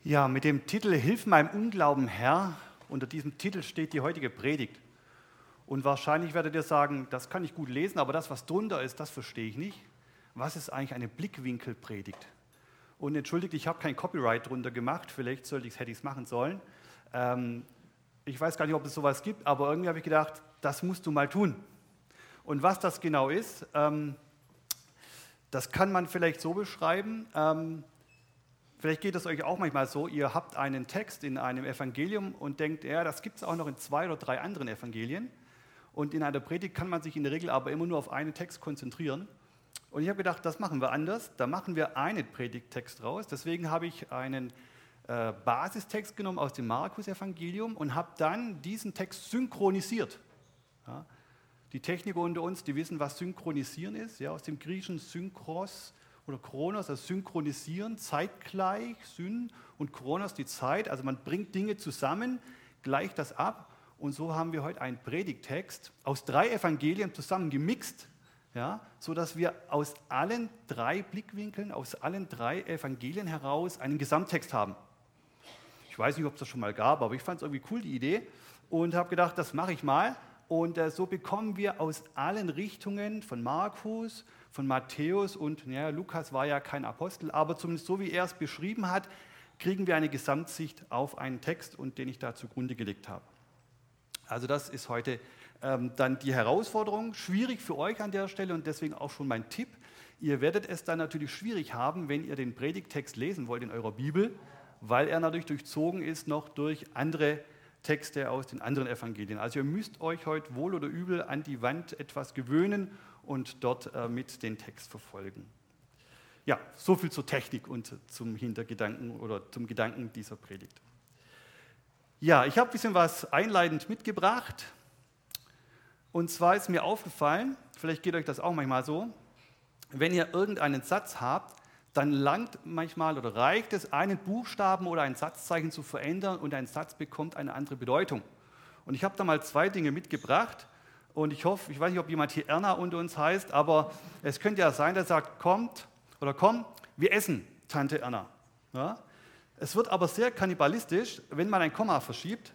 Ja, mit dem Titel Hilf meinem Unglauben, Herr, unter diesem Titel steht die heutige Predigt. Und wahrscheinlich werdet ihr sagen, das kann ich gut lesen, aber das, was drunter ist, das verstehe ich nicht. Was ist eigentlich eine Blickwinkelpredigt? Und entschuldigt, ich habe kein Copyright drunter gemacht, vielleicht hätte ich es machen sollen. Ich weiß gar nicht, ob es sowas gibt, aber irgendwie habe ich gedacht, das musst du mal tun. Und was das genau ist, das kann man vielleicht so beschreiben. Vielleicht geht es euch auch manchmal so, ihr habt einen Text in einem Evangelium und denkt, ja, das gibt es auch noch in 2 oder 3 anderen Evangelien. Und in einer Predigt kann man sich in der Regel aber immer nur auf einen Text konzentrieren. Und ich habe gedacht, das machen wir anders. Da machen wir einen Predigttext raus. Deswegen habe ich einen Basistext genommen aus dem Markus-Evangelium und habe dann diesen Text synchronisiert. Ja, die Techniker unter uns, die wissen, was Synchronisieren ist. Ja, aus dem Griechischen Synchros oder Chronos, also synchronisieren, zeitgleich, Syn und Chronos, die Zeit. Also man bringt Dinge zusammen, gleicht das ab. Und so haben wir heute einen Predigttext aus 3 Evangelien zusammen gemixt, ja, sodass wir aus allen 3 Blickwinkeln, aus allen 3 Evangelien heraus einen Gesamttext haben. Ich weiß nicht, ob es das schon mal gab, aber ich fand es irgendwie cool, die Idee, und habe gedacht, das mache ich mal. Und so bekommen wir aus allen Richtungen von Markus, von Matthäus und ja, Lukas war ja kein Apostel, aber zumindest so, wie er es beschrieben hat, kriegen wir eine Gesamtsicht auf einen Text, und den ich da zugrunde gelegt habe. Also das ist heute dann die Herausforderung, schwierig für euch an der Stelle und deswegen auch schon mein Tipp. Ihr werdet es dann natürlich schwierig haben, wenn ihr den Predigttext lesen wollt in eurer Bibel, weil er natürlich durchzogen ist noch durch andere Texte aus den anderen Evangelien. Also ihr müsst euch heute wohl oder übel an die Wand etwas gewöhnen und dort mit den Text verfolgen. Ja, so viel zur Technik und zum Hintergedanken oder zum Gedanken dieser Predigt. Ja, ich habe ein bisschen was einleitend mitgebracht. Und zwar ist mir aufgefallen, vielleicht geht euch das auch manchmal so, wenn ihr irgendeinen Satz habt, dann langt manchmal oder reicht es, einen Buchstaben oder ein Satzzeichen zu verändern und ein Satz bekommt eine andere Bedeutung. Und ich habe da mal 2 Dinge mitgebracht und ich hoffe, ich weiß nicht, ob jemand hier Erna unter uns heißt, aber es könnte ja sein, der sagt, kommt oder komm, wir essen, Tante Erna. Ja? Es wird aber sehr kannibalistisch, wenn man ein Komma verschiebt.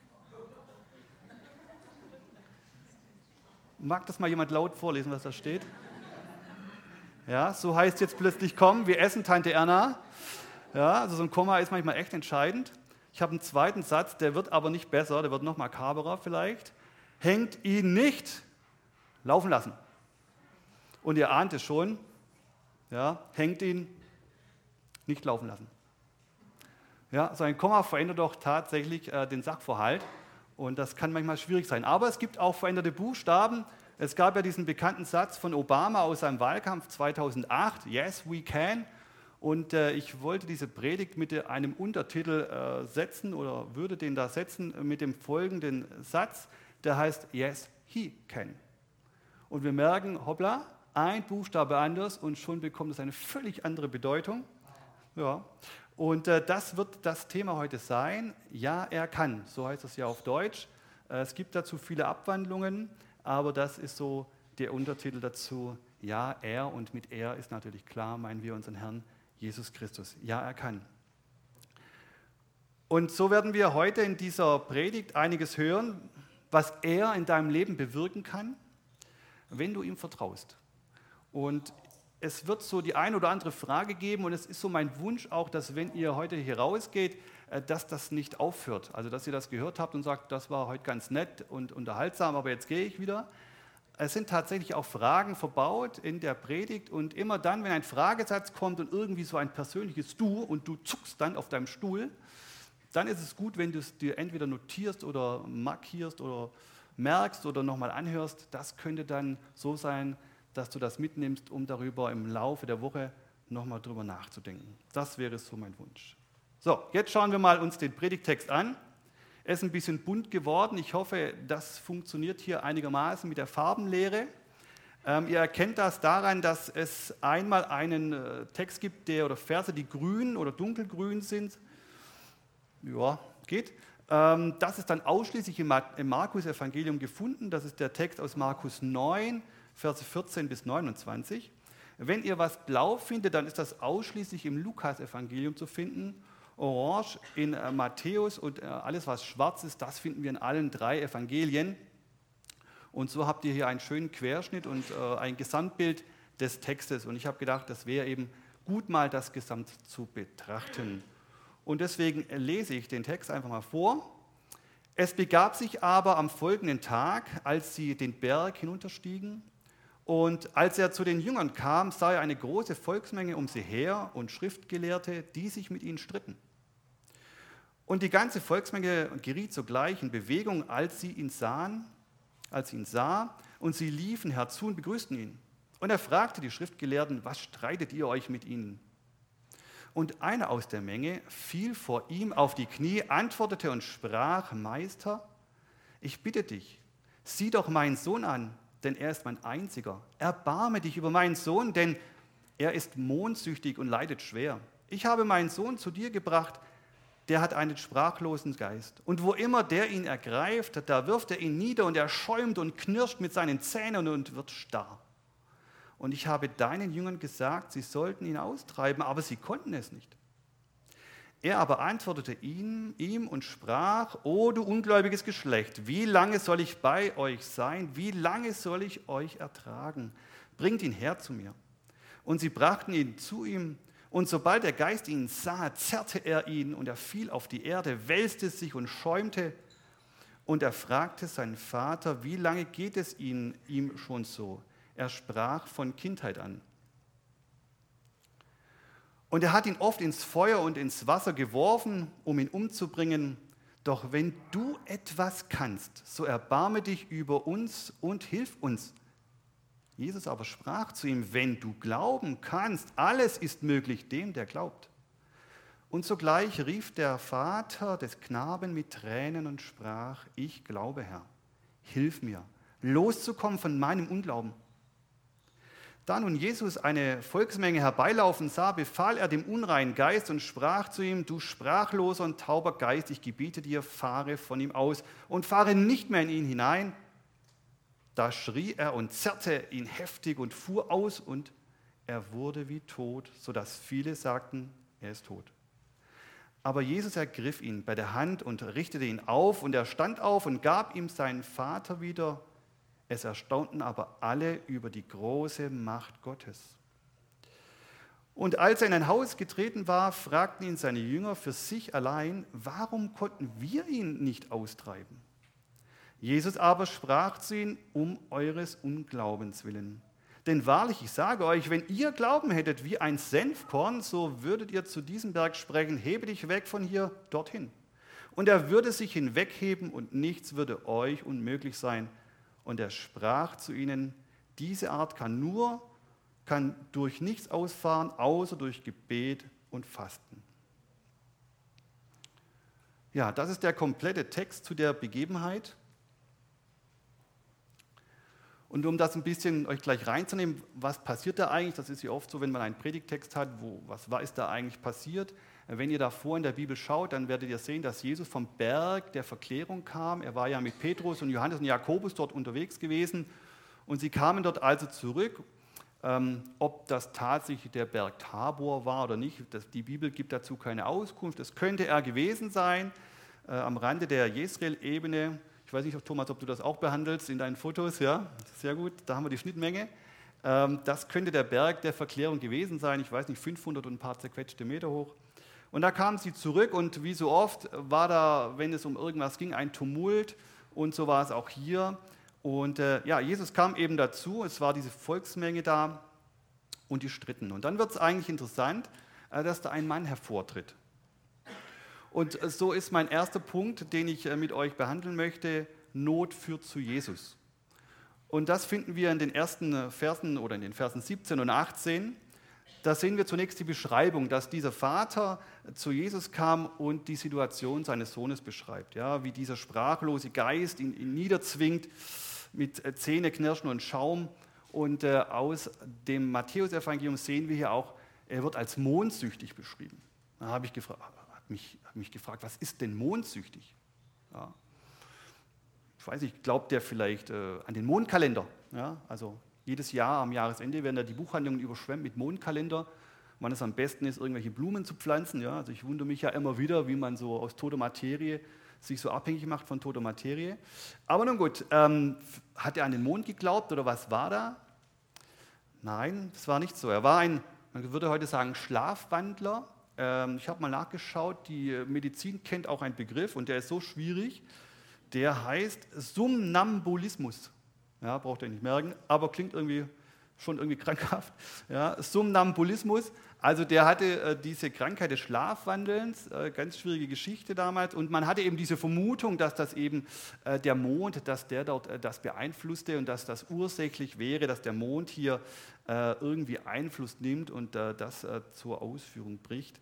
Mag das mal jemand laut vorlesen, was da steht? Ja, so heißt jetzt plötzlich, komm, wir essen, Tante Erna. Ja, also so ein Komma ist manchmal echt entscheidend. Ich habe einen zweiten Satz, der wird aber nicht besser, der wird noch makaberer vielleicht. Hängt ihn nicht laufen lassen. Und ihr ahnt es schon, ja, hängt ihn nicht laufen lassen. Ja, so ein Komma verändert doch tatsächlich den Sachverhalt und das kann manchmal schwierig sein. Aber es gibt auch veränderte Buchstaben. Es gab ja diesen bekannten Satz von Obama aus seinem Wahlkampf 2008, Yes, we can. Und ich wollte diese Predigt mit einem Untertitel setzen oder würde den da setzen mit dem folgenden Satz, der heißt Yes, he can. Und wir merken, hoppla, ein Buchstabe anders und schon bekommt es eine völlig andere Bedeutung. Ja. Und das wird das Thema heute sein. Ja, er kann, so heißt es ja auf Deutsch. Es gibt dazu viele Abwandlungen, aber das ist so der Untertitel dazu. Ja, er, und mit er ist natürlich klar, meinen wir unseren Herrn Jesus Christus. Ja, er kann. Und so werden wir heute in dieser Predigt einiges hören, was er in deinem Leben bewirken kann, wenn du ihm vertraust. Und es wird so die ein oder andere Frage geben und es ist so mein Wunsch auch, dass wenn ihr heute hier rausgeht, dass das nicht aufhört. Also dass ihr das gehört habt und sagt, das war heute ganz nett und unterhaltsam, aber jetzt gehe ich wieder. Es sind tatsächlich auch Fragen verbaut in der Predigt und immer dann, wenn ein Fragesatz kommt und irgendwie so ein persönliches Du und du zuckst dann auf deinem Stuhl, dann ist es gut, wenn du es dir entweder notierst oder markierst oder merkst oder nochmal anhörst. Das könnte dann so sein, dass du das mitnimmst, um darüber im Laufe der Woche nochmal drüber nachzudenken. Das wäre so mein Wunsch. So, jetzt schauen wir mal uns den Predigttext an. Er ist ein bisschen bunt geworden. Ich hoffe, das funktioniert hier einigermaßen mit der Farbenlehre. Ihr erkennt das daran, dass es einmal einen Text gibt, oder Verse, die grün oder dunkelgrün sind. Ja, geht. Das ist dann ausschließlich im Markus-Evangelium gefunden. Das ist der Text aus Markus 9, Verse 14 bis 29. Wenn ihr was blau findet, dann ist das ausschließlich im Lukas-Evangelium zu finden Orange in Matthäus und alles, was schwarz ist, das finden wir in allen 3 Evangelien. Und so habt ihr hier einen schönen Querschnitt und ein Gesamtbild des Textes. Und ich habe gedacht, das wäre eben gut mal das Gesamt zu betrachten. Und deswegen lese ich den Text einfach mal vor. Es begab sich aber am folgenden Tag, als sie den Berg hinunterstiegen, und als er zu den Jüngern kam, sah er eine große Volksmenge um sie her und Schriftgelehrte, die sich mit ihnen stritten. Und die ganze Volksmenge geriet sogleich in Bewegung, als sie ihn sah, und sie liefen herzu und begrüßten ihn. Und er fragte die Schriftgelehrten: Was streitet ihr euch mit ihnen? Und einer aus der Menge fiel vor ihm auf die Knie, antwortete und sprach: Meister, ich bitte dich, sieh doch meinen Sohn an, denn er ist mein einziger. Erbarme dich über meinen Sohn, denn er ist mondsüchtig und leidet schwer. Ich habe meinen Sohn zu dir gebracht, der hat einen sprachlosen Geist. Und wo immer der ihn ergreift, da wirft er ihn nieder und er schäumt und knirscht mit seinen Zähnen und wird starr. Und ich habe deinen Jüngern gesagt, sie sollten ihn austreiben, aber sie konnten es nicht. Er aber antwortete ihm und sprach: O du ungläubiges Geschlecht, wie lange soll ich bei euch sein? Wie lange soll ich euch ertragen? Bringt ihn her zu mir. Und sie brachten ihn zu ihm. Und sobald der Geist ihn sah, zerrte er ihn und er fiel auf die Erde, wälzte sich und schäumte. Und er fragte seinen Vater: Wie lange geht es ihm schon so? Er sprach: Von Kindheit an. Und er hat ihn oft ins Feuer und ins Wasser geworfen, um ihn umzubringen. Doch wenn du etwas kannst, so erbarme dich über uns und hilf uns. Jesus aber sprach zu ihm: Wenn du glauben kannst, alles ist möglich dem, der glaubt. Und sogleich rief der Vater des Knaben mit Tränen und sprach: Ich glaube, Herr, hilf mir, loszukommen von meinem Unglauben. Da nun Jesus eine Volksmenge herbeilaufen sah, befahl er dem unreinen Geist und sprach zu ihm: Du sprachloser und tauber Geist, ich gebiete dir, fahre von ihm aus und fahre nicht mehr in ihn hinein. Da schrie er und zerrte ihn heftig und fuhr aus, und er wurde wie tot, sodass viele sagten: Er ist tot. Aber Jesus ergriff ihn bei der Hand und richtete ihn auf, und er stand auf und gab ihm seinen Vater wieder. Es erstaunten aber alle über die große Macht Gottes. Und als er in ein Haus getreten war, fragten ihn seine Jünger für sich allein: Warum konnten wir ihn nicht austreiben? Jesus aber sprach zu ihnen: Um eures Unglaubens willen. Denn wahrlich, ich sage euch, wenn ihr Glauben hättet wie ein Senfkorn, so würdet ihr zu diesem Berg sprechen: Hebe dich weg von hier dorthin. Und er würde sich hinwegheben, und nichts würde euch unmöglich sein. Und er sprach zu ihnen: Diese Art kann durch nichts ausfahren, außer durch Gebet und Fasten. Ja, das ist der komplette Text zu der Begebenheit. Und um das ein bisschen euch gleich reinzunehmen, was passiert da eigentlich? Das ist ja oft so, wenn man einen Predigttext hat, was ist da eigentlich passiert? Wenn ihr davor in der Bibel schaut, dann werdet ihr sehen, dass Jesus vom Berg der Verklärung kam. Er war ja mit Petrus und Johannes und Jakobus dort unterwegs gewesen, und sie kamen dort also zurück. Ob das tatsächlich der Berg Tabor war oder nicht, die Bibel gibt dazu keine Auskunft. Es könnte er gewesen sein, am Rande der Jezreel-Ebene. Ich weiß nicht, Thomas, ob du das auch behandelst in deinen Fotos. Ja, sehr gut, da haben wir die Schnittmenge. Das könnte der Berg der Verklärung gewesen sein. Ich weiß nicht, 500 und ein paar zerquetschte Meter hoch. Und da kamen sie zurück, und wie so oft war da, wenn es um irgendwas ging, ein Tumult, und so war es auch hier. Und Jesus kam eben dazu, es war diese Volksmenge da, und die stritten. Und dann wird es eigentlich interessant, dass da ein Mann hervortritt. Und so ist mein erster Punkt, den ich mit euch behandeln möchte: Not führt zu Jesus. Und das finden wir in den ersten Versen oder in den Versen 17 und 18. Da sehen wir zunächst die Beschreibung, dass dieser Vater zu Jesus kam und die Situation seines Sohnes beschreibt. Ja, wie dieser sprachlose Geist ihn niederzwingt mit Zähneknirschen und Schaum. Und aus dem Matthäusevangelium sehen wir hier auch, er wird als mondsüchtig beschrieben. Da habe ich mich gefragt, was ist denn mondsüchtig? Ja. Ich weiß nicht, glaubt der vielleicht an den Mondkalender? Ja, also jedes Jahr am Jahresende werden da die Buchhandlungen überschwemmt mit Mondkalender, wann es am besten ist, irgendwelche Blumen zu pflanzen. Ja? Also ich wundere mich ja immer wieder, wie man so aus toter Materie sich so abhängig macht von toter Materie. Aber nun gut, hat er an den Mond geglaubt oder was war da? Nein, das war nicht so. Er war man würde heute sagen, Schlafwandler. Ich habe mal nachgeschaut, die Medizin kennt auch einen Begriff und der ist so schwierig. Der heißt Somnambulismus. Ja, braucht ihr nicht merken, aber klingt schon irgendwie krankhaft. Ja, Somnambulismus, also der hatte diese Krankheit des Schlafwandelns, ganz schwierige Geschichte damals. Und man hatte eben diese Vermutung, dass das eben der Mond, dass der dort das beeinflusste und dass das ursächlich wäre, dass der Mond hier irgendwie Einfluss nimmt und das zur Ausführung bricht.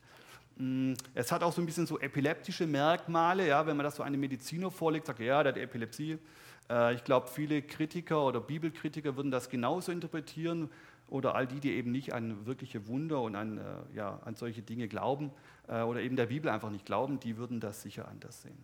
Es hat auch so ein bisschen so epileptische Merkmale, ja, wenn man das so einem Mediziner vorlegt, sagt er, ja, der hat Epilepsie. Ich glaube, viele Kritiker oder Bibelkritiker würden das genauso interpretieren oder all die eben nicht an wirkliche Wunder und an solche Dinge glauben oder eben der Bibel einfach nicht glauben, die würden das sicher anders sehen.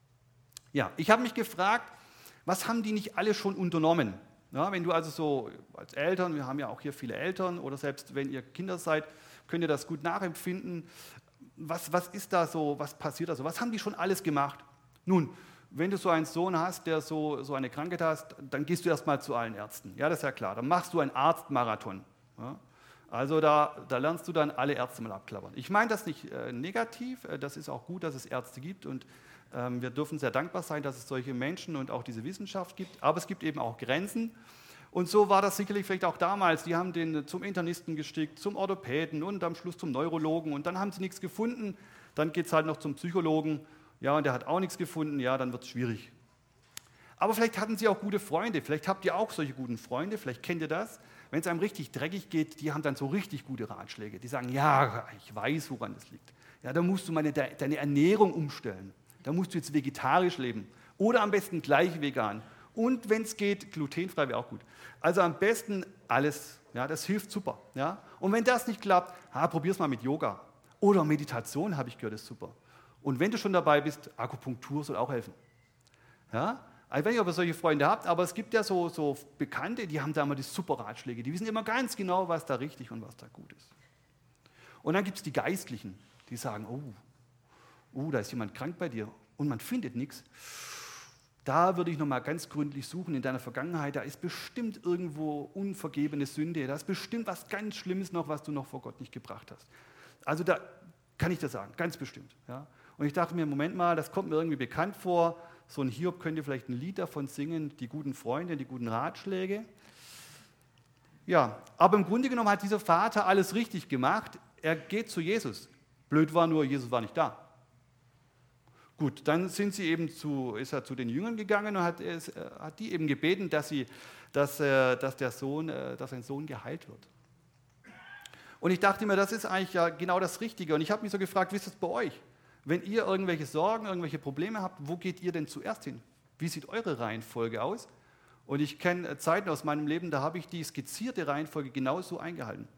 Ja, ich habe mich gefragt, was haben die nicht alle schon unternommen? Ja, wenn du also so als Eltern, wir haben ja auch hier viele Eltern oder selbst wenn ihr Kinder seid, könnt ihr das gut nachempfinden. Was ist da so, was passiert da so? Was haben die schon alles gemacht? Nun, wenn du so einen Sohn hast, der so eine Krankheit hat, dann gehst du erstmal zu allen Ärzten. Ja, das ist ja klar. Dann machst du einen Arztmarathon. Ja? Also da lernst du dann alle Ärzte mal abklappern. Ich meine das nicht negativ. Das ist auch gut, dass es Ärzte gibt. Und wir dürfen sehr dankbar sein, dass es solche Menschen und auch diese Wissenschaft gibt. Aber es gibt eben auch Grenzen. Und so war das sicherlich vielleicht auch damals. Die haben den zum Internisten geschickt, zum Orthopäden und am Schluss zum Neurologen. Und dann haben sie nichts gefunden. Dann geht es halt noch zum Psychologen. Ja, und der hat auch nichts gefunden, ja, dann wird es schwierig. Aber vielleicht hatten sie auch gute Freunde, vielleicht habt ihr auch solche guten Freunde, vielleicht kennt ihr das. Wenn es einem richtig dreckig geht, die haben dann so richtig gute Ratschläge. Die sagen, ja, ich weiß, woran das liegt. Ja, da musst du deine Ernährung umstellen. Da musst du jetzt vegetarisch leben oder am besten gleich vegan. Und wenn es geht, glutenfrei wäre auch gut. Also am besten alles, ja, das hilft super. Ja. Und wenn das nicht klappt, probier es mal mit Yoga. Oder Meditation, habe ich gehört, ist super. Und wenn du schon dabei bist, Akupunktur soll auch helfen. Ja? Ich weiß nicht, ob ihr solche Freunde habt, aber es gibt ja so Bekannte, die haben da immer die super Ratschläge. Die wissen immer ganz genau, was da richtig und was da gut ist. Und dann gibt es die Geistlichen, die sagen, da ist jemand krank bei dir und man findet nichts. Da würde ich nochmal ganz gründlich suchen in deiner Vergangenheit. Da ist bestimmt irgendwo unvergebene Sünde. Da ist bestimmt was ganz Schlimmes noch, was du noch vor Gott nicht gebracht hast. Also da kann ich das sagen, ganz bestimmt. Ja? Und ich dachte mir, Moment mal, das kommt mir irgendwie bekannt vor. So ein Hiob könnte vielleicht ein Lied davon singen, die guten Freunde, die guten Ratschläge. Ja, aber im Grunde genommen hat dieser Vater alles richtig gemacht. Er geht zu Jesus. Blöd war nur, Jesus war nicht da. Gut, dann ist er zu den Jüngern gegangen und hat die eben gebeten, dass sein Sohn geheilt wird. Und ich dachte mir, das ist eigentlich ja genau das Richtige. Und ich habe mich so gefragt, wie ist das bei euch? Wenn ihr irgendwelche Sorgen, irgendwelche Probleme habt, wo geht ihr denn zuerst hin? Wie sieht eure Reihenfolge aus? Und ich kenne Zeiten aus meinem Leben, da habe ich die skizzierte Reihenfolge genauso eingehalten.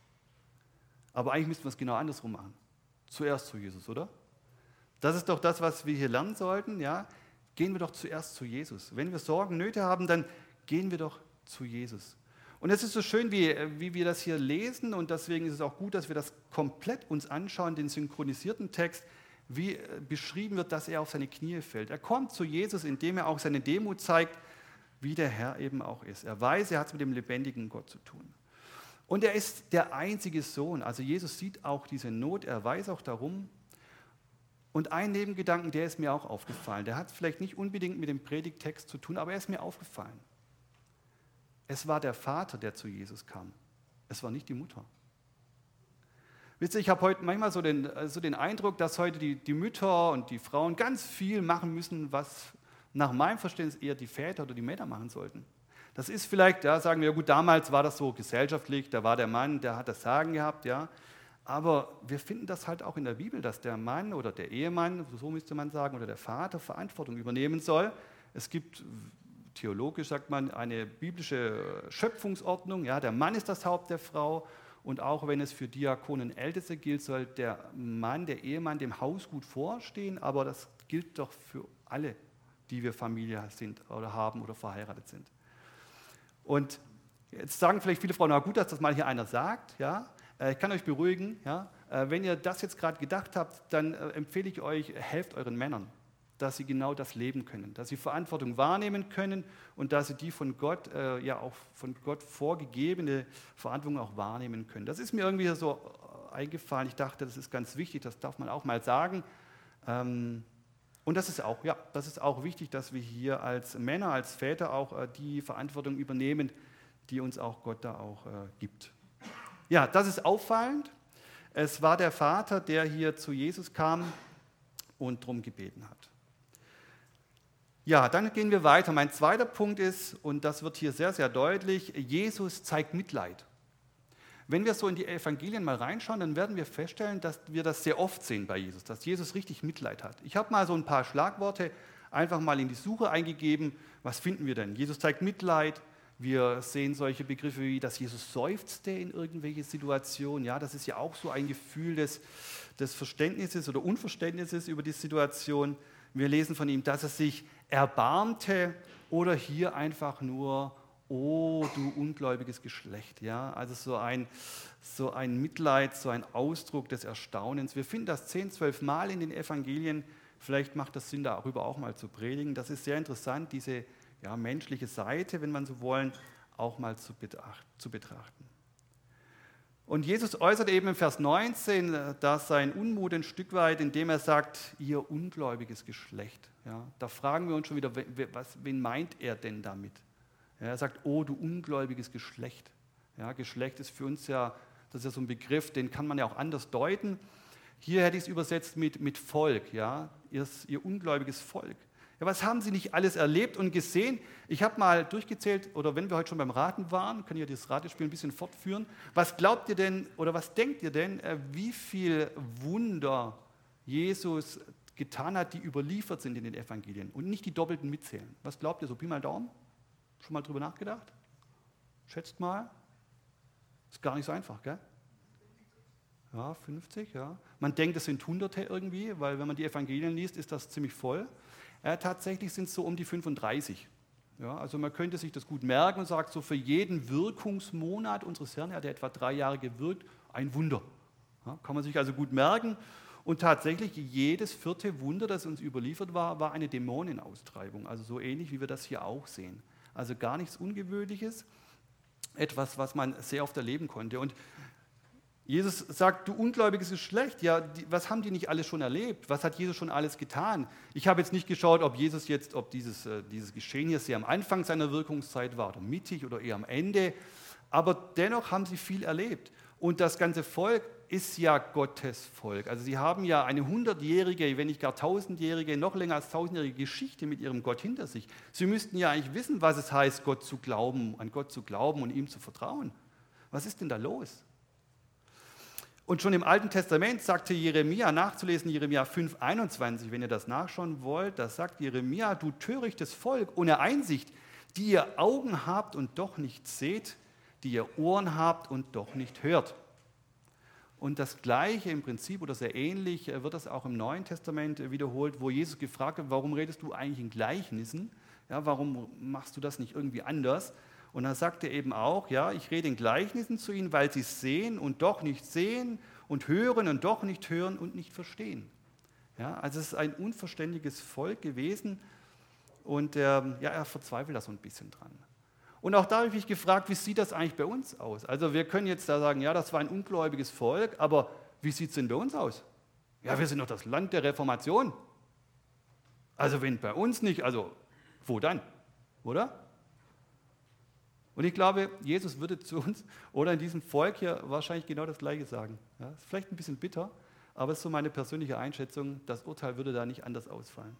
Aber eigentlich müssten wir es genau andersrum machen. Zuerst zu Jesus, oder? Das ist doch das, was wir hier lernen sollten. Ja? Gehen wir doch zuerst zu Jesus. Wenn wir Sorgen, Nöte haben, dann gehen wir doch zu Jesus. Und es ist so schön, wie wir das hier lesen und deswegen ist es auch gut, dass wir das komplett uns anschauen, den synchronisierten Text, wie beschrieben wird, dass er auf seine Knie fällt. Er kommt zu Jesus, indem er auch seine Demut zeigt, wie der Herr eben auch ist. Er weiß, er hat es mit dem lebendigen Gott zu tun. Und er ist der einzige Sohn. Also Jesus sieht auch diese Not, er weiß auch darum. Und ein Nebengedanken, der ist mir auch aufgefallen. Der hat vielleicht nicht unbedingt mit dem Predigttext zu tun, aber er ist mir aufgefallen. Es war der Vater, der zu Jesus kam. Es war nicht die Mutter. Wisst ihr, ich habe heute manchmal so den Eindruck, dass heute die Mütter und die Frauen ganz viel machen müssen, was nach meinem Verständnis eher die Väter oder die Männer machen sollten. Das ist vielleicht, ja, sagen wir, ja gut, damals war das so gesellschaftlich, da war der Mann, der hat das Sagen gehabt, ja. Aber wir finden das halt auch in der Bibel, dass der Mann oder der Ehemann, so müsste man sagen, oder der Vater Verantwortung übernehmen soll. Es gibt, theologisch sagt man, eine biblische Schöpfungsordnung. Ja, der Mann ist das Haupt der Frau und auch wenn es für Diakonen Älteste gilt, soll der Mann, der Ehemann dem Haus gut vorstehen, aber das gilt doch für alle, die wir Familie sind oder haben oder verheiratet sind. Und jetzt sagen vielleicht viele Frauen, na gut, dass das mal hier einer sagt, ja. Ich kann euch beruhigen, ja, wenn ihr das jetzt gerade gedacht habt, dann empfehle ich euch, helft euren Männern, dass sie genau das leben können, dass sie Verantwortung wahrnehmen können und dass sie die von Gott, ja auch von Gott vorgegebene Verantwortung auch wahrnehmen können. Das ist mir irgendwie so eingefallen. Ich dachte, das ist ganz wichtig, das darf man auch mal sagen. Und das ist auch, ja, das ist auch wichtig, dass wir hier als Männer, als Väter auch die Verantwortung übernehmen, die uns auch Gott da auch gibt. Ja, das ist auffallend. Es war der Vater, der hier zu Jesus kam und darum gebeten hat. Ja, dann gehen wir weiter. Mein zweiter Punkt ist, und das wird hier sehr, sehr deutlich, Jesus zeigt Mitleid. Wenn wir so in die Evangelien mal reinschauen, dann werden wir feststellen, dass wir das sehr oft sehen bei Jesus, dass Jesus richtig Mitleid hat. Ich habe mal so ein paar Schlagworte einfach mal in die Suche eingegeben. Was finden wir denn? Jesus zeigt Mitleid. Wir sehen solche Begriffe wie, dass Jesus seufzte in irgendwelche Situationen. Ja, das ist ja auch so ein Gefühl des Verständnisses oder Unverständnisses über die Situation. Wir lesen von ihm, dass er sich erbarmte oder hier einfach nur, oh, du ungläubiges Geschlecht. Ja, also so ein Mitleid, so ein Ausdruck des Erstaunens. Wir finden das 10, 12 Mal in den Evangelien. Vielleicht macht das Sinn, darüber auch mal zu predigen. Das ist sehr interessant, diese menschliche Seite, wenn man so wollen, auch mal zu betrachten. Und Jesus äußert eben im Vers 19, dass sein Unmut ein Stück weit, indem er sagt, ihr ungläubiges Geschlecht. Ja, da fragen wir uns schon wieder, wen meint er denn damit? Ja, er sagt, oh, du ungläubiges Geschlecht. Ja, Geschlecht ist für uns ja, das ist ja so ein Begriff, den kann man ja auch anders deuten. Hier hätte ich es übersetzt mit Volk, ja, ihr ungläubiges Volk. Ja, was haben Sie nicht alles erlebt und gesehen? Ich habe mal durchgezählt, oder wenn wir heute schon beim Raten waren, können wir das Ratespiel ein bisschen fortführen. Was glaubt ihr denn, oder was denkt ihr denn, wie viel Wunder Jesus getan hat, die überliefert sind in den Evangelien und nicht die doppelten mitzählen? Was glaubt ihr, so Pi mal Daumen? Schon mal drüber nachgedacht? Schätzt mal. Ist gar nicht so einfach, gell? Ja, 50, ja. Man denkt, es sind Hunderte irgendwie, weil wenn man die Evangelien liest, ist das ziemlich voll. Tatsächlich sind es so um die 35. Ja, also man könnte sich das gut merken und sagt, so für jeden Wirkungsmonat unseres Herrn, er hat etwa 3 Jahre gewirkt, ein Wunder. Ja, kann man sich also gut merken. Und tatsächlich jedes 4. Wunder, das uns überliefert war, war eine Dämonenaustreibung. Also so ähnlich, wie wir das hier auch sehen. Also gar nichts Ungewöhnliches, etwas, was man sehr oft erleben konnte. Und Jesus sagt, du ungläubiges Geschlecht, ja, was haben die nicht alles schon erlebt? Was hat Jesus schon alles getan? Ich habe jetzt nicht geschaut, ob dieses Geschehen hier sehr am Anfang seiner Wirkungszeit war oder mittig oder eher am Ende, aber dennoch haben sie viel erlebt. Und das ganze Volk ist ja Gottes Volk. Also sie haben ja eine 100-jährige, wenn nicht gar 1000-jährige, noch länger als 1000-jährige Geschichte mit ihrem Gott hinter sich. Sie müssten ja eigentlich wissen, was es heißt, an Gott zu glauben und ihm zu vertrauen. Was ist denn da los? Und schon im Alten Testament sagte Jeremia, nachzulesen, Jeremia 5,21, wenn ihr das nachschauen wollt, da sagt Jeremia, du törichtes Volk ohne Einsicht, die ihr Augen habt und doch nicht seht, die ihr Ohren habt und doch nicht hört. Und das Gleiche im Prinzip oder sehr ähnlich wird das auch im Neuen Testament wiederholt, wo Jesus gefragt hat, warum redest du eigentlich in Gleichnissen? Ja, warum machst du das nicht irgendwie anders? Und dann sagt er eben auch, ja, ich rede in Gleichnissen zu ihnen, weil sie sehen und doch nicht sehen und hören und doch nicht hören und nicht verstehen. Ja, also es ist ein unverständiges Volk gewesen und er verzweifelt da so ein bisschen dran. Und auch da habe ich mich gefragt, wie sieht das eigentlich bei uns aus? Also wir können jetzt da sagen, ja, das war ein ungläubiges Volk, aber wie sieht es denn bei uns aus? Ja, wir sind doch das Land der Reformation. Also wenn bei uns nicht, also wo dann? Oder? Und ich glaube, Jesus würde zu uns oder in diesem Volk hier wahrscheinlich genau das Gleiche sagen. Ja, ist vielleicht ein bisschen bitter, aber es ist so meine persönliche Einschätzung. Das Urteil würde da nicht anders ausfallen.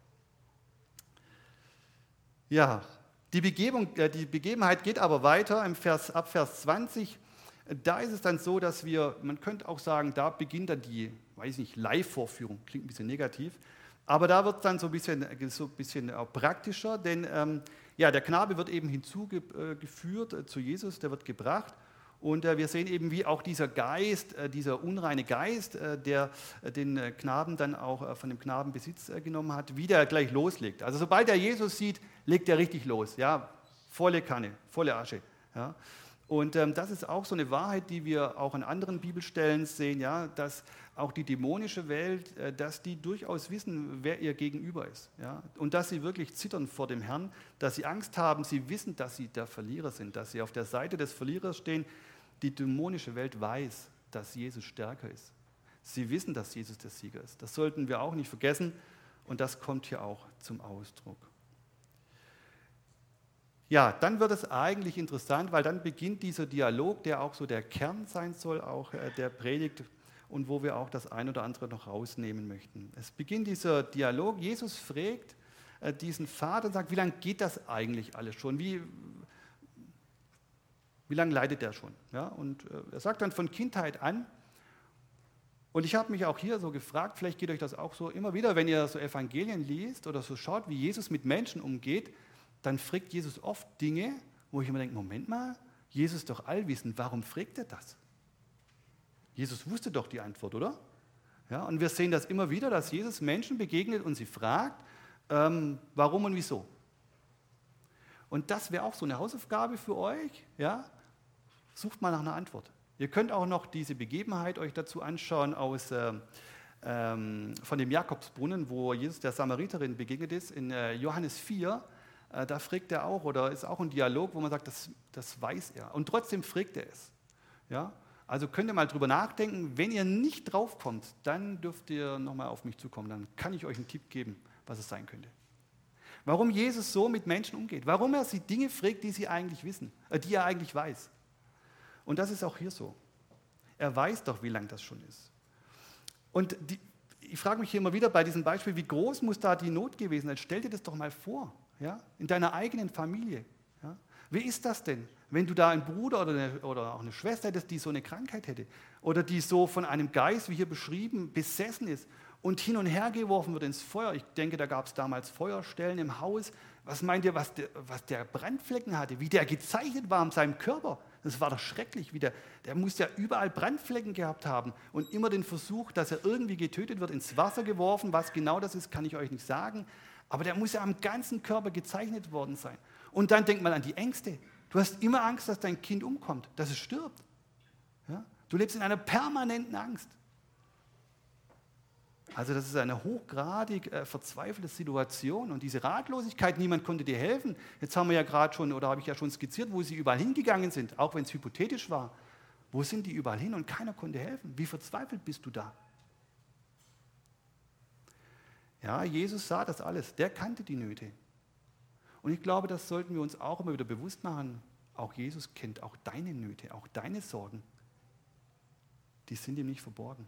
Ja, die Begebenheit geht aber weiter ab Vers 20. Da ist es dann so, dass man könnte auch sagen, da beginnt dann die, Live-Vorführung, klingt ein bisschen negativ, aber da wird es dann so ein bisschen praktischer, denn der Knabe wird eben hinzugeführt zu Jesus, der wird gebracht und wir sehen eben, wie auch dieser unreine Geist, der den Knaben dann auch von dem Knaben Besitz genommen hat, wie der gleich loslegt. Also sobald er Jesus sieht, legt er richtig los, ja, volle Kanne, volle Asche. Ja. Und das ist auch so eine Wahrheit, die wir auch an anderen Bibelstellen sehen, ja, dass auch die dämonische Welt, dass die durchaus wissen, wer ihr Gegenüber ist. Ja, und dass sie wirklich zittern vor dem Herrn, dass sie Angst haben, sie wissen, dass sie der Verlierer sind, dass sie auf der Seite des Verlierers stehen. Die dämonische Welt weiß, dass Jesus stärker ist. Sie wissen, dass Jesus der Sieger ist. Das sollten wir auch nicht vergessen und das kommt hier auch zum Ausdruck. Ja, dann wird es eigentlich interessant, weil dann beginnt dieser Dialog, der auch so der Kern sein soll, auch der Predigt und wo wir auch das ein oder andere noch rausnehmen möchten. Es beginnt dieser Dialog, Jesus fragt diesen Vater und sagt, wie lange geht das eigentlich alles schon? Wie lange leidet der schon? Ja, und er sagt dann von Kindheit an, und ich habe mich auch hier so gefragt, vielleicht geht euch das auch so immer wieder, wenn ihr so Evangelien liest oder so schaut, wie Jesus mit Menschen umgeht, dann fragt Jesus oft Dinge, wo ich immer denke, Moment mal, Jesus ist doch allwissend, warum fragt er das? Jesus wusste doch die Antwort, oder? Ja, und wir sehen das immer wieder, dass Jesus Menschen begegnet und sie fragt, warum und wieso. Und das wäre auch so eine Hausaufgabe für euch, ja? Sucht mal nach einer Antwort. Ihr könnt auch noch diese Begebenheit euch dazu anschauen von dem Jakobsbrunnen, wo Jesus der Samariterin begegnet ist, in Johannes 4. Da fragt er auch, oder ist auch ein Dialog, wo man sagt, das weiß er. Und trotzdem fragt er es. Ja? Also könnt ihr mal drüber nachdenken. Wenn ihr nicht draufkommt, dann dürft ihr nochmal auf mich zukommen. Dann kann ich euch einen Tipp geben, was es sein könnte. Warum Jesus so mit Menschen umgeht. Warum er sie Dinge fragt, die er eigentlich weiß. Und das ist auch hier so. Er weiß doch, wie lang das schon ist. Und ich frage mich hier immer wieder bei diesem Beispiel, wie groß muss da die Not gewesen sein? Stell dir das doch mal vor. Ja, in deiner eigenen Familie. Ja. Wie ist das denn, wenn du da einen Bruder oder auch eine Schwester hättest, die so eine Krankheit hätte oder die so von einem Geist, wie hier beschrieben, besessen ist und hin und her geworfen wird ins Feuer? Ich denke, da gab es damals Feuerstellen im Haus. Was meint ihr, was der Brandflecken hatte, wie der gezeichnet war an seinem Körper? Das war doch schrecklich. Der muss ja überall Brandflecken gehabt haben und immer den Versuch, dass er irgendwie getötet wird, ins Wasser geworfen. Was genau das ist, kann ich euch nicht sagen. Aber der muss ja am ganzen Körper gezeichnet worden sein. Und dann denkt man an die Ängste. Du hast immer Angst, dass dein Kind umkommt, dass es stirbt. Ja? Du lebst in einer permanenten Angst. Also das ist eine hochgradig verzweifelte Situation. Und diese Ratlosigkeit, niemand konnte dir helfen. Jetzt haben wir ja gerade schon, oder habe ich ja schon skizziert, wo sie überall hingegangen sind, auch wenn es hypothetisch war. Wo sind die überall hin und keiner konnte helfen? Wie verzweifelt bist du da? Ja, Jesus sah das alles, der kannte die Nöte. Und ich glaube, das sollten wir uns auch immer wieder bewusst machen. Auch Jesus kennt auch deine Nöte, auch deine Sorgen. Die sind ihm nicht verborgen.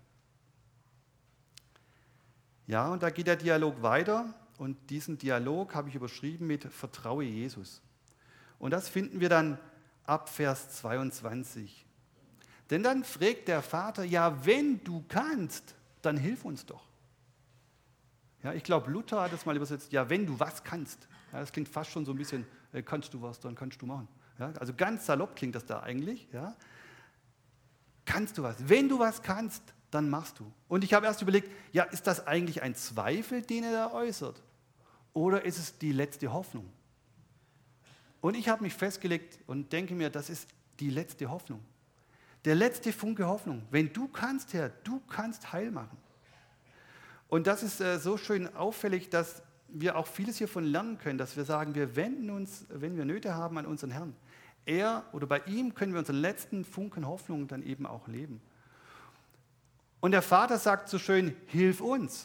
Ja, und da geht der Dialog weiter und diesen Dialog habe ich überschrieben mit Vertraue Jesus. Und das finden wir dann ab Vers 22. Denn dann fragt der Vater, ja, wenn du kannst, dann hilf uns doch. Ja, ich glaube, Luther hat es mal übersetzt, ja, wenn du was kannst. Ja, das klingt fast schon so ein bisschen, kannst du was, dann kannst du machen. Ja, also ganz salopp klingt das da eigentlich. Ja. Kannst du was? Wenn du was kannst, dann machst du. Und ich habe erst überlegt, ja, ist das eigentlich ein Zweifel, den er da äußert? Oder ist es die letzte Hoffnung? Und ich habe mich festgelegt und denke mir, das ist die letzte Hoffnung. Der letzte Funke Hoffnung. Wenn du kannst, Herr, du kannst Heil machen. Und das ist so schön auffällig, dass wir auch vieles hiervon lernen können, dass wir sagen, wir wenden uns, wenn wir Nöte haben, an unseren Herrn. Er oder bei ihm können wir unseren letzten Funken Hoffnung dann eben auch leben. Und der Vater sagt so schön, hilf uns.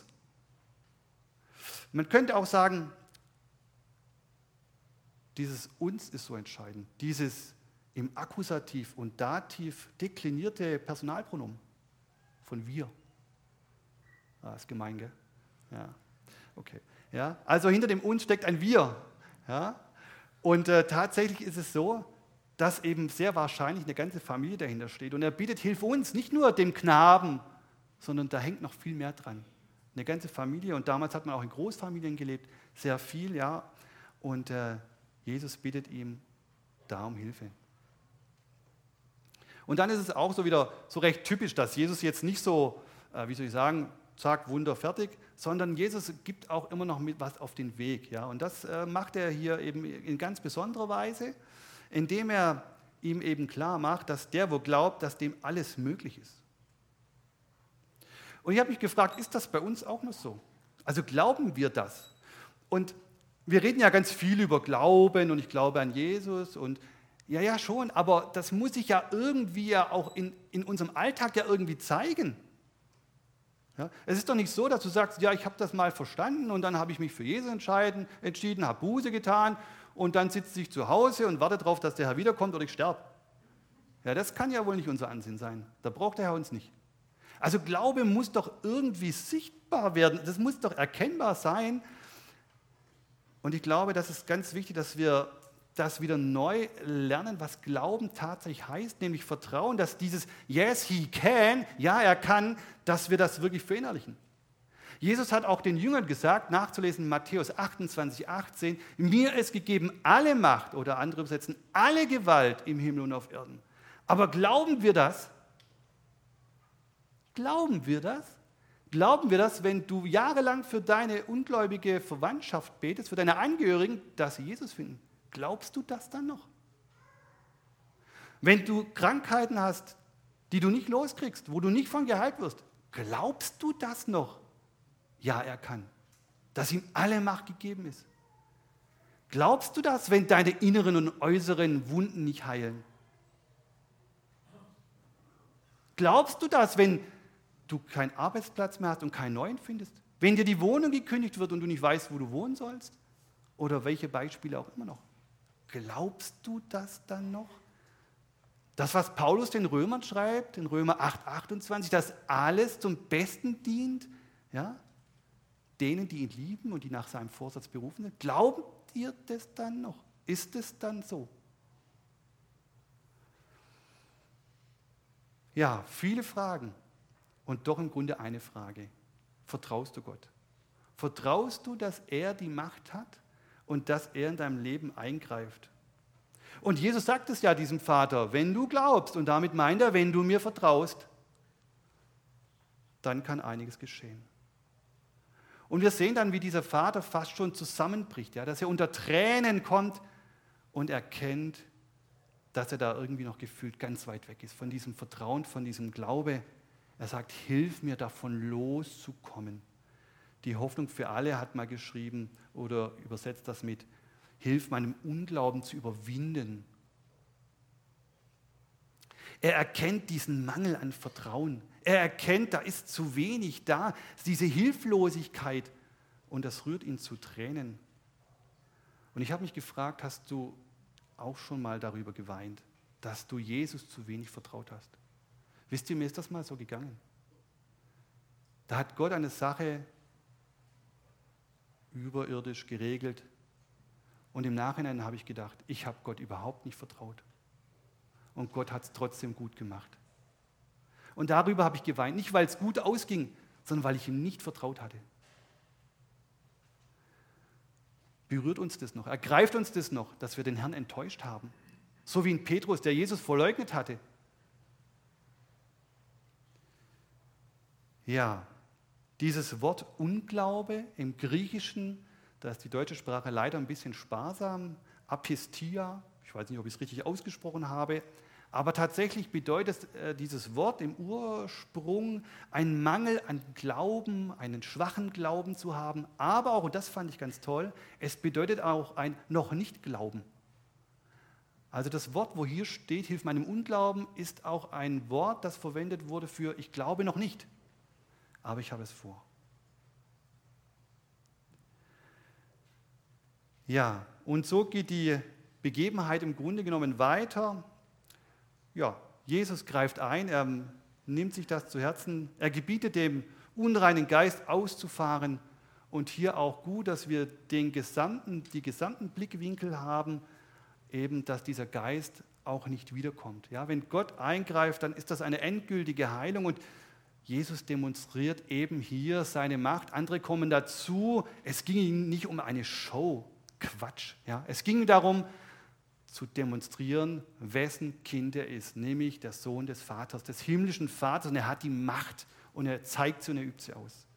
Man könnte auch sagen, dieses uns ist so entscheidend, dieses im Akkusativ und Dativ deklinierte Personalpronomen von wir. Das ist gemein, gell? Ja, okay. Ja, also hinter dem uns steckt ein wir. Ja? Und tatsächlich ist es so, dass eben sehr wahrscheinlich eine ganze Familie dahinter steht. Und er bietet Hilfe uns, nicht nur dem Knaben, sondern da hängt noch viel mehr dran. Eine ganze Familie. Und damals hat man auch in Großfamilien gelebt, sehr viel, ja. Und Jesus bittet ihm da um Hilfe. Und dann ist es auch so wieder so recht typisch, dass Jesus jetzt nicht so, wie soll ich sagen, zack, Wunder, fertig, sondern Jesus gibt auch immer noch mit was auf den Weg. Ja? Und das macht er hier eben in ganz besonderer Weise, indem er ihm eben klar macht, dass der, wo glaubt, dass dem alles möglich ist. Und ich habe mich gefragt, ist das bei uns auch noch so? Also glauben wir das? Und wir reden ja ganz viel über Glauben und ich glaube an Jesus und ja schon, aber das muss sich ja irgendwie ja auch in unserem Alltag ja irgendwie zeigen. Ja, es ist doch nicht so, dass du sagst, ja, ich habe das mal verstanden und dann habe ich mich für Jesus entschieden, habe Buße getan und dann sitze ich zu Hause und warte darauf, dass der Herr wiederkommt oder ich sterbe. Ja, das kann ja wohl nicht unser Ansinn sein. Da braucht der Herr uns nicht. Also Glaube muss doch irgendwie sichtbar werden, das muss doch erkennbar sein. Und ich glaube, das ist ganz wichtig, dass wir das wieder neu lernen, was Glauben tatsächlich heißt, nämlich Vertrauen, dass dieses Yes, he can, ja, er kann, dass wir das wirklich verinnerlichen. Jesus hat auch den Jüngern gesagt, nachzulesen Matthäus 28, 18, mir ist gegeben alle Macht, oder andere übersetzen, alle Gewalt im Himmel und auf Erden. Aber glauben wir das? Glauben wir das? Glauben wir das, wenn du jahrelang für deine ungläubige Verwandtschaft betest, für deine Angehörigen, dass sie Jesus finden? Glaubst du das dann noch? Wenn du Krankheiten hast, die du nicht loskriegst, wo du nicht von geheilt wirst, glaubst du das noch? Ja, er kann. Dass ihm alle Macht gegeben ist. Glaubst du das, wenn deine inneren und äußeren Wunden nicht heilen? Glaubst du das, wenn du keinen Arbeitsplatz mehr hast und keinen neuen findest? Wenn dir die Wohnung gekündigt wird und du nicht weißt, wo du wohnen sollst? Oder welche Beispiele auch immer noch? Glaubst du das dann noch? Das, was Paulus den Römern schreibt, in Römer 8, 28, dass alles zum Besten dient, ja, denen, die ihn lieben und die nach seinem Vorsatz berufen sind. Glaubt ihr das dann noch? Ist es dann so? Ja, viele Fragen und doch im Grunde eine Frage. Vertraust du Gott? Vertraust du, dass er die Macht hat und dass er in deinem Leben eingreift? Und Jesus sagt es ja diesem Vater, wenn du glaubst, und damit meint er, wenn du mir vertraust, dann kann einiges geschehen. Und wir sehen dann, wie dieser Vater fast schon zusammenbricht, ja, dass er unter Tränen kommt und erkennt, dass er da irgendwie noch gefühlt ganz weit weg ist von diesem Vertrauen, von diesem Glaube. Er sagt, hilf mir davon loszukommen. Die Hoffnung für alle hat mal geschrieben oder übersetzt das mit, hilf meinem Unglauben zu überwinden. Er erkennt diesen Mangel an Vertrauen. Er erkennt, da ist zu wenig da, diese Hilflosigkeit und das rührt ihn zu Tränen. Und ich habe mich gefragt, hast du auch schon mal darüber geweint, dass du Jesus zu wenig vertraut hast? Wisst ihr, mir ist das mal so gegangen. Da hat Gott eine Sache überirdisch geregelt und im Nachhinein habe ich gedacht, ich habe Gott überhaupt nicht vertraut. Und Gott hat es trotzdem gut gemacht. Und darüber habe ich geweint, nicht weil es gut ausging, sondern weil ich ihm nicht vertraut hatte. Berührt uns das noch? Ergreift uns das noch, dass wir den Herrn enttäuscht haben? So wie in Petrus, der Jesus verleugnet hatte. Ja, dieses Wort Unglaube im Griechischen, da ist die deutsche Sprache leider ein bisschen sparsam, Apistia, ich weiß nicht, ob ich es richtig ausgesprochen habe, aber tatsächlich bedeutet dieses Wort im Ursprung einen Mangel an Glauben, einen schwachen Glauben zu haben, aber auch, und das fand ich ganz toll, es bedeutet auch ein noch nicht Glauben. Also das Wort, wo hier steht, hilf meinem Unglauben, ist auch ein Wort, das verwendet wurde für ich glaube noch nicht, aber ich habe es vor. Ja, und so geht die Begebenheit im Grunde genommen weiter. Ja, Jesus greift ein, er nimmt sich das zu Herzen, er gebietet dem unreinen Geist auszufahren und hier auch gut, dass wir die gesamten Blickwinkel haben, eben, dass dieser Geist auch nicht wiederkommt. Ja, wenn Gott eingreift, dann ist das eine endgültige Heilung und Jesus demonstriert eben hier seine Macht. Andere kommen dazu. Es ging ihm nicht um eine Show, Quatsch. Ja, es ging darum, zu demonstrieren, wessen Kind er ist, nämlich der Sohn des Vaters, des himmlischen Vaters. Und er hat die Macht und er zeigt sie und er übt sie aus.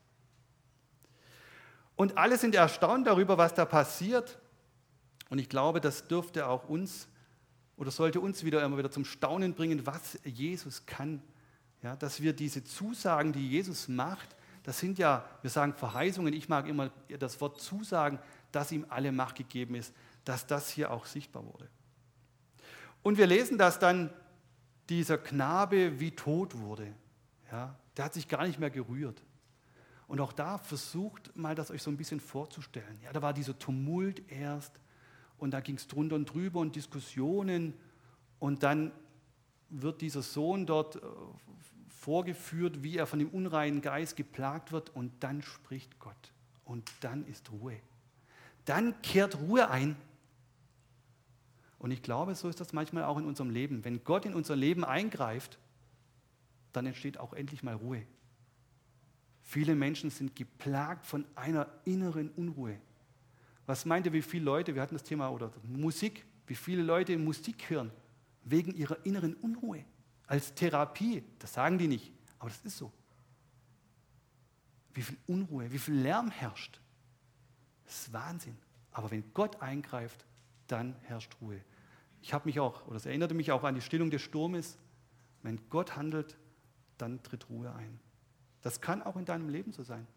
Und alle sind erstaunt darüber, was da passiert. Und ich glaube, das dürfte auch uns oder sollte uns immer wieder zum Staunen bringen, was Jesus kann. Ja, dass wir diese Zusagen, die Jesus macht, das sind ja, wir sagen Verheißungen, ich mag immer das Wort Zusagen, dass ihm alle Macht gegeben ist, dass das hier auch sichtbar wurde. Und wir lesen, dass dann dieser Knabe wie tot wurde. Ja, der hat sich gar nicht mehr gerührt. Und auch da versucht mal das euch so ein bisschen vorzustellen. Ja, da war dieser Tumult erst und da ging es drunter und drüber und Diskussionen und dann wird dieser Sohn dort vorgeführt, wie er von dem unreinen Geist geplagt wird und dann spricht Gott und dann ist Ruhe. Dann kehrt Ruhe ein. Und ich glaube, so ist das manchmal auch in unserem Leben. Wenn Gott in unser Leben eingreift, dann entsteht auch endlich mal Ruhe. Viele Menschen sind geplagt von einer inneren Unruhe. Was meint ihr, wie viele Leute, wir hatten das Thema, oder Musik, wie viele Leute Musik hören, wegen ihrer inneren Unruhe? Als Therapie, das sagen die nicht, aber das ist so. Wie viel Unruhe, wie viel Lärm herrscht. Das ist Wahnsinn. Aber wenn Gott eingreift, dann herrscht Ruhe. Ich habe mich auch, oder es erinnerte mich auch an die Stillung des Sturmes. Wenn Gott handelt, dann tritt Ruhe ein. Das kann auch in deinem Leben so sein.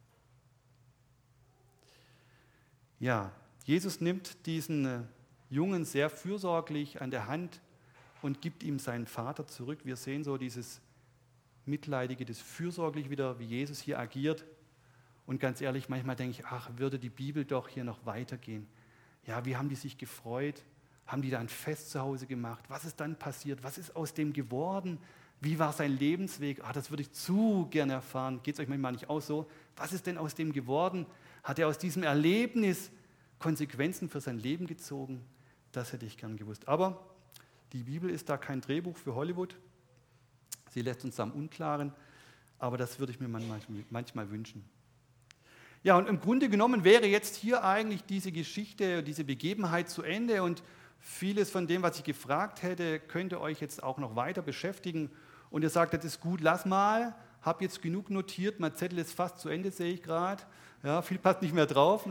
Ja, Jesus nimmt diesen Jungen sehr fürsorglich an der Hand und gibt ihm seinen Vater zurück. Wir sehen so dieses Mitleidige, das Fürsorgliche wieder, wie Jesus hier agiert. Und ganz ehrlich, manchmal denke ich, ach, würde die Bibel doch hier noch weitergehen. Ja, wie haben die sich gefreut? Haben die da ein Fest zu Hause gemacht? Was ist dann passiert? Was ist aus dem geworden? Wie war sein Lebensweg? Ah, das würde ich zu gerne erfahren. Geht es euch manchmal nicht auch so? Was ist denn aus dem geworden? Hat er aus diesem Erlebnis Konsequenzen für sein Leben gezogen? Das hätte ich gern gewusst. Aber die Bibel ist da kein Drehbuch für Hollywood. Sie lässt uns am Unklaren. Aber das würde ich mir manchmal wünschen. Ja, und im Grunde genommen wäre jetzt hier eigentlich diese Geschichte, diese Begebenheit zu Ende und vieles von dem, was ich gefragt hätte, könnte euch jetzt auch noch weiter beschäftigen. Und ihr sagt, das ist gut, lass mal, habe jetzt genug notiert, mein Zettel ist fast zu Ende, sehe ich gerade. Ja, viel passt nicht mehr drauf.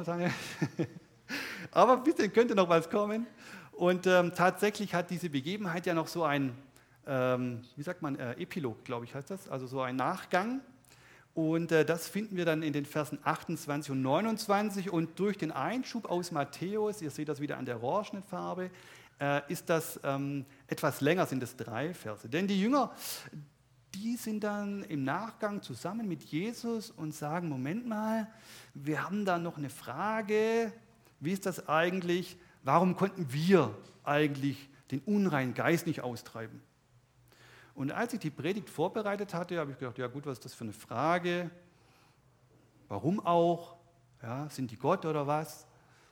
Aber ein bisschen könnte noch was kommen. Und tatsächlich hat diese Begebenheit ja noch so ein, Epilog, glaube ich, heißt das, also so ein Nachgang. Und das finden wir dann in den Versen 28 und 29. Und durch den Einschub aus Matthäus, ihr seht das wieder an der orangenen Farbe, ist das etwas länger, sind es 3 Verse. Denn die Jünger, die sind dann im Nachgang zusammen mit Jesus und sagen, Moment mal, wir haben da noch eine Frage, wie ist das eigentlich, warum konnten wir eigentlich den unreinen Geist nicht austreiben? Und als ich die Predigt vorbereitet hatte, habe ich gedacht, ja gut, was ist das für eine Frage? Warum auch? Ja, sind die Gott oder was?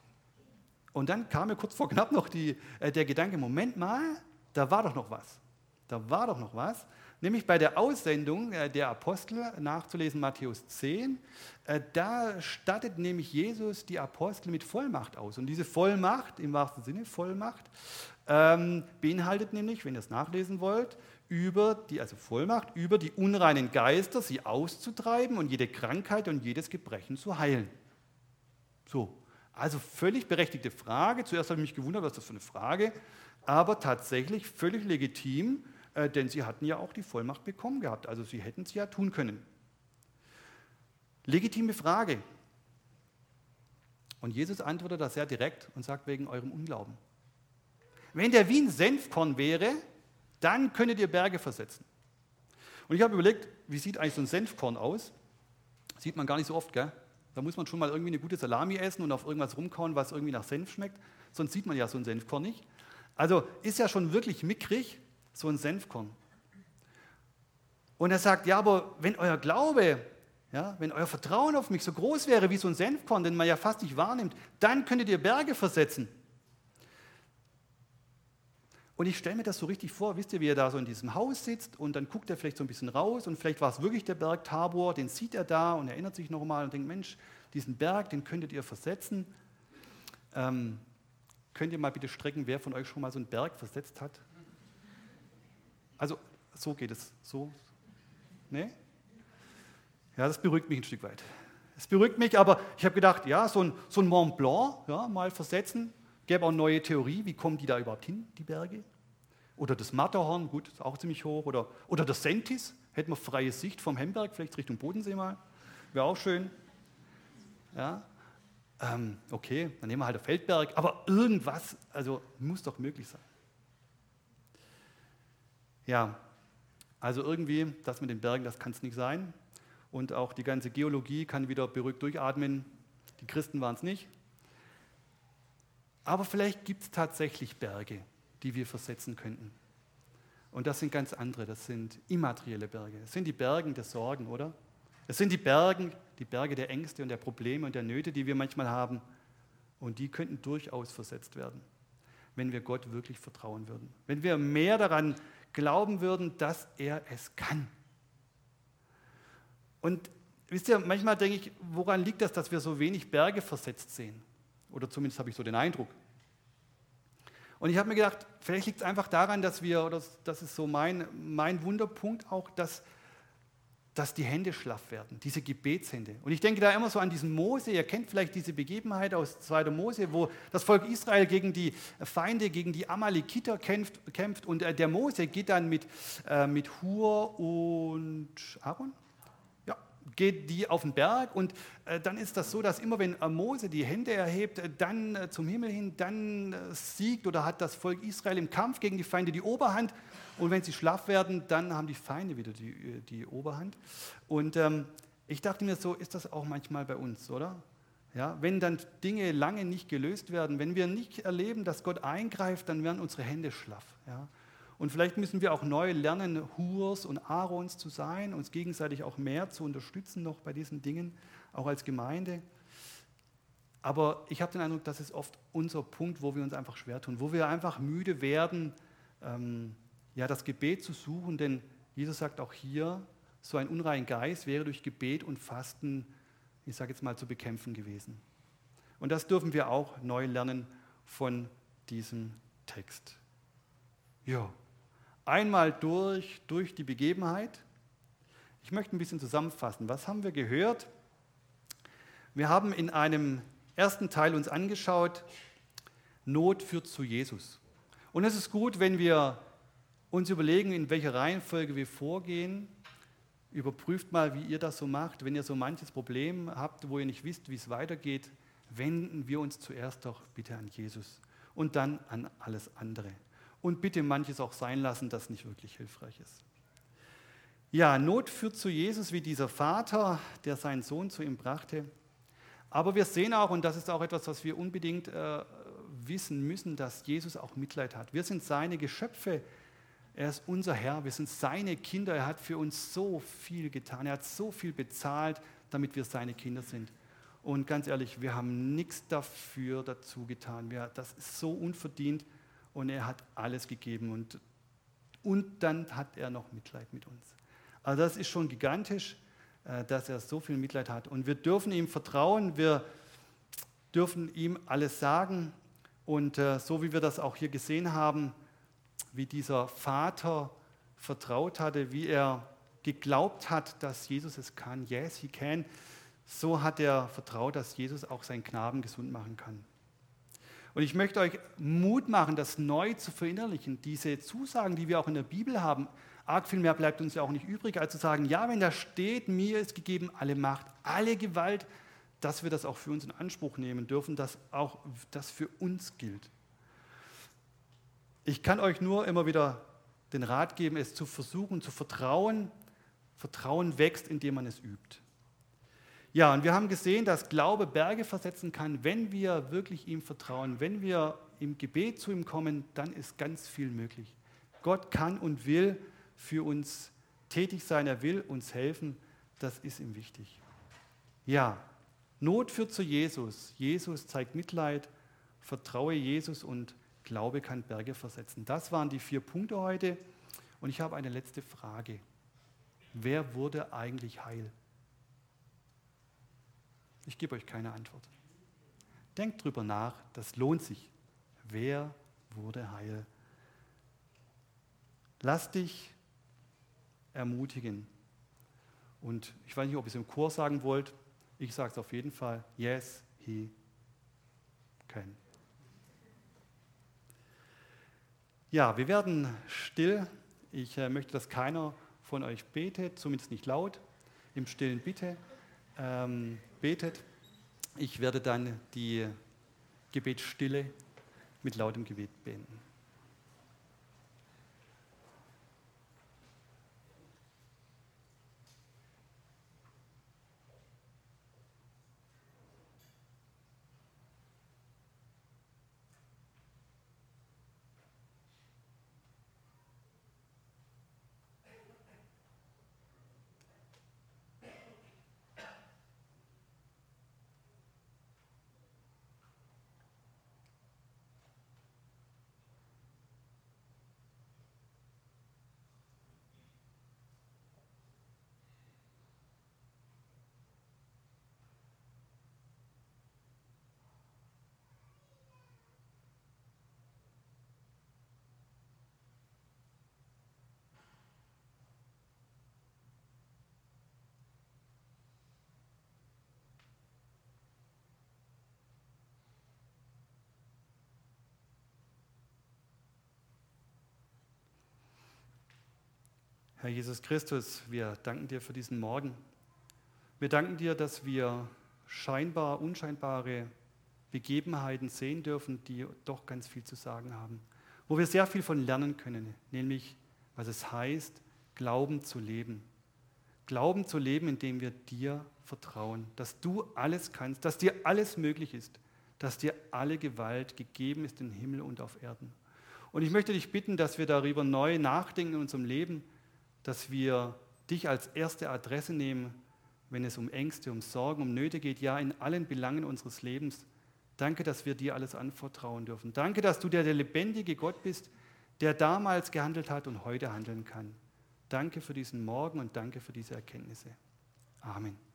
Und dann kam mir kurz vor knapp noch der Gedanke, Moment mal, da war doch noch was. Da war doch noch was. Nämlich bei der Aussendung der Apostel, nachzulesen Matthäus 10, da stattet nämlich Jesus die Apostel mit Vollmacht aus. Und diese Vollmacht, im wahrsten Sinne Vollmacht, beinhaltet nämlich, wenn ihr es nachlesen wollt, Vollmacht über die unreinen Geister, sie auszutreiben und jede Krankheit und jedes Gebrechen zu heilen. So, also völlig berechtigte Frage. Zuerst habe ich mich gewundert, was ist das für eine Frage, aber tatsächlich völlig legitim, denn sie hatten ja auch die Vollmacht bekommen gehabt, also sie hätten es ja tun können. Legitime Frage. Und Jesus antwortet da sehr direkt und sagt, wegen eurem Unglauben. Wenn der wie ein Senfkorn wäre, dann könntet ihr Berge versetzen. Und ich habe überlegt, wie sieht eigentlich so ein Senfkorn aus? Sieht man gar nicht so oft, gell? Da muss man schon mal irgendwie eine gute Salami essen und auf irgendwas rumkauen, was irgendwie nach Senf schmeckt. Sonst sieht man ja so ein Senfkorn nicht. Also ist ja schon wirklich mickrig, so ein Senfkorn. Und er sagt, ja, aber wenn euer Glaube, ja, wenn euer Vertrauen auf mich so groß wäre wie so ein Senfkorn, den man ja fast nicht wahrnimmt, dann könntet ihr Berge versetzen. Und ich stelle mir das so richtig vor, wisst ihr, wie er da so in diesem Haus sitzt und dann guckt er vielleicht so ein bisschen raus und vielleicht war es wirklich der Berg Tabor, den sieht er da und erinnert sich nochmal und denkt, Mensch, diesen Berg, den könntet ihr versetzen. Könnt ihr mal bitte strecken, wer von euch schon mal so einen Berg versetzt hat? Also, so geht es. So? Ne? Ja, das beruhigt mich ein Stück weit. Es beruhigt mich, aber ich habe gedacht, ja, so ein Mont Blanc, ja, mal versetzen. Gäbe auch eine neue Theorie, wie kommen die da überhaupt hin, die Berge? Oder das Matterhorn, gut, ist auch ziemlich hoch. Oder der Sentis, hätten wir freie Sicht vom Hemberg, vielleicht Richtung Bodensee mal. Wäre auch schön. Ja. Okay, dann nehmen wir halt den Feldberg. Aber irgendwas, also muss doch möglich sein. Ja, also irgendwie, das mit den Bergen, das kann es nicht sein. Und auch die ganze Geologie kann wieder beruhigt durchatmen. Die Christen waren es nicht. Aber vielleicht gibt es tatsächlich Berge, die wir versetzen könnten. Und das sind ganz andere, das sind immaterielle Berge. Es sind die Berge der Sorgen, oder? Es sind die Berge der Ängste und der Probleme und der Nöte, die wir manchmal haben. Und die könnten durchaus versetzt werden, wenn wir Gott wirklich vertrauen würden. Wenn wir mehr daran glauben würden, dass er es kann. Und wisst ihr, manchmal denke ich, woran liegt das, dass wir so wenig Berge versetzt sehen? Oder zumindest habe ich so den Eindruck. Und ich habe mir gedacht, vielleicht liegt es einfach daran, dass wir, oder das ist so mein Wunderpunkt auch, dass die Hände schlaff werden, diese Gebetshände. Und ich denke da immer so an diesen Mose, ihr kennt vielleicht diese Begebenheit aus 2. Mose, wo das Volk Israel gegen die Feinde, gegen die Amalekiter kämpft und der Mose geht dann mit Hur und Aaron, ja, geht die auf den Berg und dann ist das so, dass immer wenn Mose die Hände erhebt, dann zum Himmel hin, dann siegt oder hat das Volk Israel im Kampf gegen die Feinde die Oberhand. Und wenn sie schlaff werden, dann haben die Feinde wieder die Oberhand. Und ich dachte mir, so ist das auch manchmal bei uns, oder? Ja, wenn dann Dinge lange nicht gelöst werden, wenn wir nicht erleben, dass Gott eingreift, dann werden unsere Hände schlaff. Ja? Und vielleicht müssen wir auch neu lernen, Hurs und Aarons zu sein, uns gegenseitig auch mehr zu unterstützen noch bei diesen Dingen, auch als Gemeinde. Aber ich habe den Eindruck, das ist oft unser Punkt, wo wir uns einfach schwer tun, wo wir einfach müde werden, das Gebet zu suchen, denn Jesus sagt auch hier, so ein unreiner Geist wäre durch Gebet und Fasten, ich sage jetzt mal, zu bekämpfen gewesen. Und das dürfen wir auch neu lernen von diesem Text. Ja, einmal durch die Begebenheit. Ich möchte ein bisschen zusammenfassen. Was haben wir gehört? Wir haben in einem ersten Teil uns angeschaut, Not führt zu Jesus. Und es ist gut, wenn wir uns überlegen, in welcher Reihenfolge wir vorgehen. Überprüft mal, wie ihr das so macht. Wenn ihr so manches Problem habt, wo ihr nicht wisst, wie es weitergeht, wenden wir uns zuerst doch bitte an Jesus und dann an alles andere. Und bitte manches auch sein lassen, das nicht wirklich hilfreich ist. Ja, Not führt zu Jesus wie dieser Vater, der seinen Sohn zu ihm brachte. Aber wir sehen auch, und das ist auch etwas, was wir unbedingt wissen müssen, dass Jesus auch Mitleid hat. Wir sind seine Geschöpfe. Er ist unser Herr, wir sind seine Kinder, er hat für uns so viel getan, er hat so viel bezahlt, damit wir seine Kinder sind. Und ganz ehrlich, wir haben nichts dafür dazu getan, das ist so unverdient und er hat alles gegeben und dann hat er noch Mitleid mit uns. Also das ist schon gigantisch, dass er so viel Mitleid hat und wir dürfen ihm vertrauen, wir dürfen ihm alles sagen und so wie wir das auch hier gesehen haben, wie dieser Vater vertraut hatte, wie er geglaubt hat, dass Jesus es kann. Yes, he can. So hat er vertraut, dass Jesus auch seinen Knaben gesund machen kann. Und ich möchte euch Mut machen, das neu zu verinnerlichen, diese Zusagen, die wir auch in der Bibel haben. Arg viel mehr bleibt uns ja auch nicht übrig, als zu sagen, ja, wenn da steht, mir ist gegeben alle Macht, alle Gewalt, dass wir das auch für uns in Anspruch nehmen dürfen, dass auch das für uns gilt. Ich kann euch nur immer wieder den Rat geben, es zu versuchen, zu vertrauen. Vertrauen wächst, indem man es übt. Ja, und wir haben gesehen, dass Glaube Berge versetzen kann, wenn wir wirklich ihm vertrauen, wenn wir im Gebet zu ihm kommen, dann ist ganz viel möglich. Gott kann und will für uns tätig sein, er will uns helfen, das ist ihm wichtig. Ja, Not führt zu Jesus. Jesus zeigt Mitleid, vertraue Jesus und Glaube kann Berge versetzen. Das waren die 4 Punkte heute. Und ich habe eine letzte Frage. Wer wurde eigentlich heil? Ich gebe euch keine Antwort. Denkt drüber nach, das lohnt sich. Wer wurde heil? Lass dich ermutigen. Und ich weiß nicht, ob ihr es im Chor sagen wollt. Ich sage es auf jeden Fall. Yes, he can. Ja, wir werden still. Ich möchte, dass keiner von euch betet, zumindest nicht laut. Im Stillen bitte betet. Ich werde dann die Gebetsstille mit lautem Gebet beenden. Herr Jesus Christus, wir danken dir für diesen Morgen. Wir danken dir, dass wir scheinbar unscheinbare Begebenheiten sehen dürfen, die doch ganz viel zu sagen haben. Wo wir sehr viel von lernen können, nämlich was es heißt, Glauben zu leben. Glauben zu leben, indem wir dir vertrauen, dass du alles kannst, dass dir alles möglich ist, dass dir alle Gewalt gegeben ist im Himmel und auf Erden. Und ich möchte dich bitten, dass wir darüber neu nachdenken in unserem Leben, dass wir dich als erste Adresse nehmen, wenn es um Ängste, um Sorgen, um Nöte geht, ja in allen Belangen unseres Lebens. Danke, dass wir dir alles anvertrauen dürfen. Danke, dass du der lebendige Gott bist, der damals gehandelt hat und heute handeln kann. Danke für diesen Morgen und danke für diese Erkenntnisse. Amen.